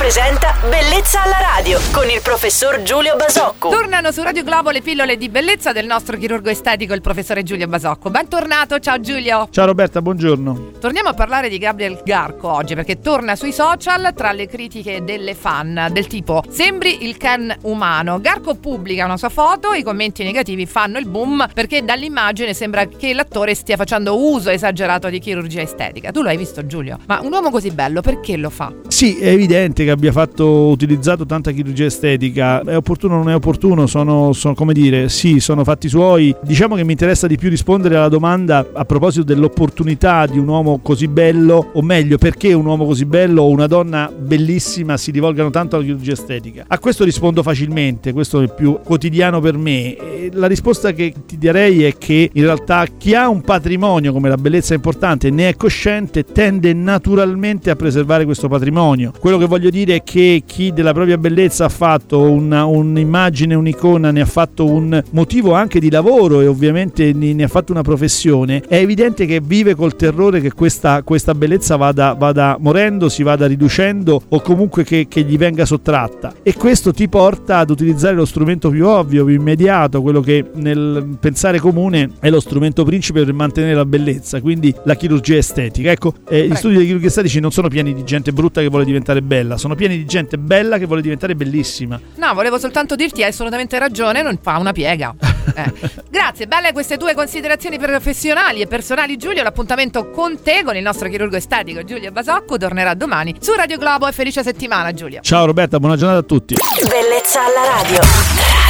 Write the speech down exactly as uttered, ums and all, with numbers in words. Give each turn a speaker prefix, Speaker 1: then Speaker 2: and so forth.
Speaker 1: presenta Bellezza alla radio con il professor Giulio Basocco.
Speaker 2: Tornano su Radio Globo le pillole di bellezza del nostro chirurgo estetico, il professore Giulio Basocco. Bentornato, ciao Giulio.
Speaker 3: Ciao Roberta, buongiorno.
Speaker 2: Torniamo a parlare di Gabriel Garco oggi perché torna sui social tra le critiche delle fan del tipo sembri il Ken umano. Garco pubblica una sua foto, i commenti negativi fanno il boom perché dall'immagine sembra che l'attore stia facendo uso esagerato di chirurgia estetica. Tu lo hai visto, Giulio? Ma un uomo così bello perché lo fa?
Speaker 3: Sì, è evidente che abbia fatto utilizzato tanta chirurgia estetica. È opportuno o non è opportuno? Sono, sono come dire, sì, sono fatti suoi. Diciamo che mi interessa di più rispondere alla domanda a proposito dell'opportunità di un uomo così bello, o meglio, perché un uomo così bello o una donna bellissima si rivolgano tanto alla chirurgia estetica. A questo rispondo facilmente, questo è il più quotidiano per me. E la risposta che ti darei è che in realtà chi ha un patrimonio come la bellezza importante e ne è cosciente tende naturalmente a preservare questo patrimonio. Quello che voglio dire è che chi della propria bellezza ha fatto una, un'immagine, un'icona, ne ha fatto un motivo anche di lavoro e ovviamente ne ha fatto una professione, è evidente che vive col terrore che questa, questa bellezza vada, vada morendo, si vada riducendo o comunque che, che gli venga sottratta, e questo ti porta ad utilizzare lo strumento più ovvio, più immediato, quello che nel pensare comune è lo strumento principe per mantenere la bellezza, quindi la chirurgia estetica. Ecco, eh, gli studi di chirurgia estetici non sono pieni di gente brutta che vuole diventare bella, sono pieni di gente bella che vuole diventare bellissima.
Speaker 2: No, volevo soltanto dirti, hai assolutamente ragione, non fa una piega. Eh. Grazie, belle queste tue considerazioni professionali e personali, Giulio. L'appuntamento con te, con il nostro chirurgo estetico Giulio Basocco, tornerà domani su Radio Globo e felice settimana, Giulio.
Speaker 3: Ciao Roberta, buona giornata a tutti.
Speaker 1: Bellezza alla radio.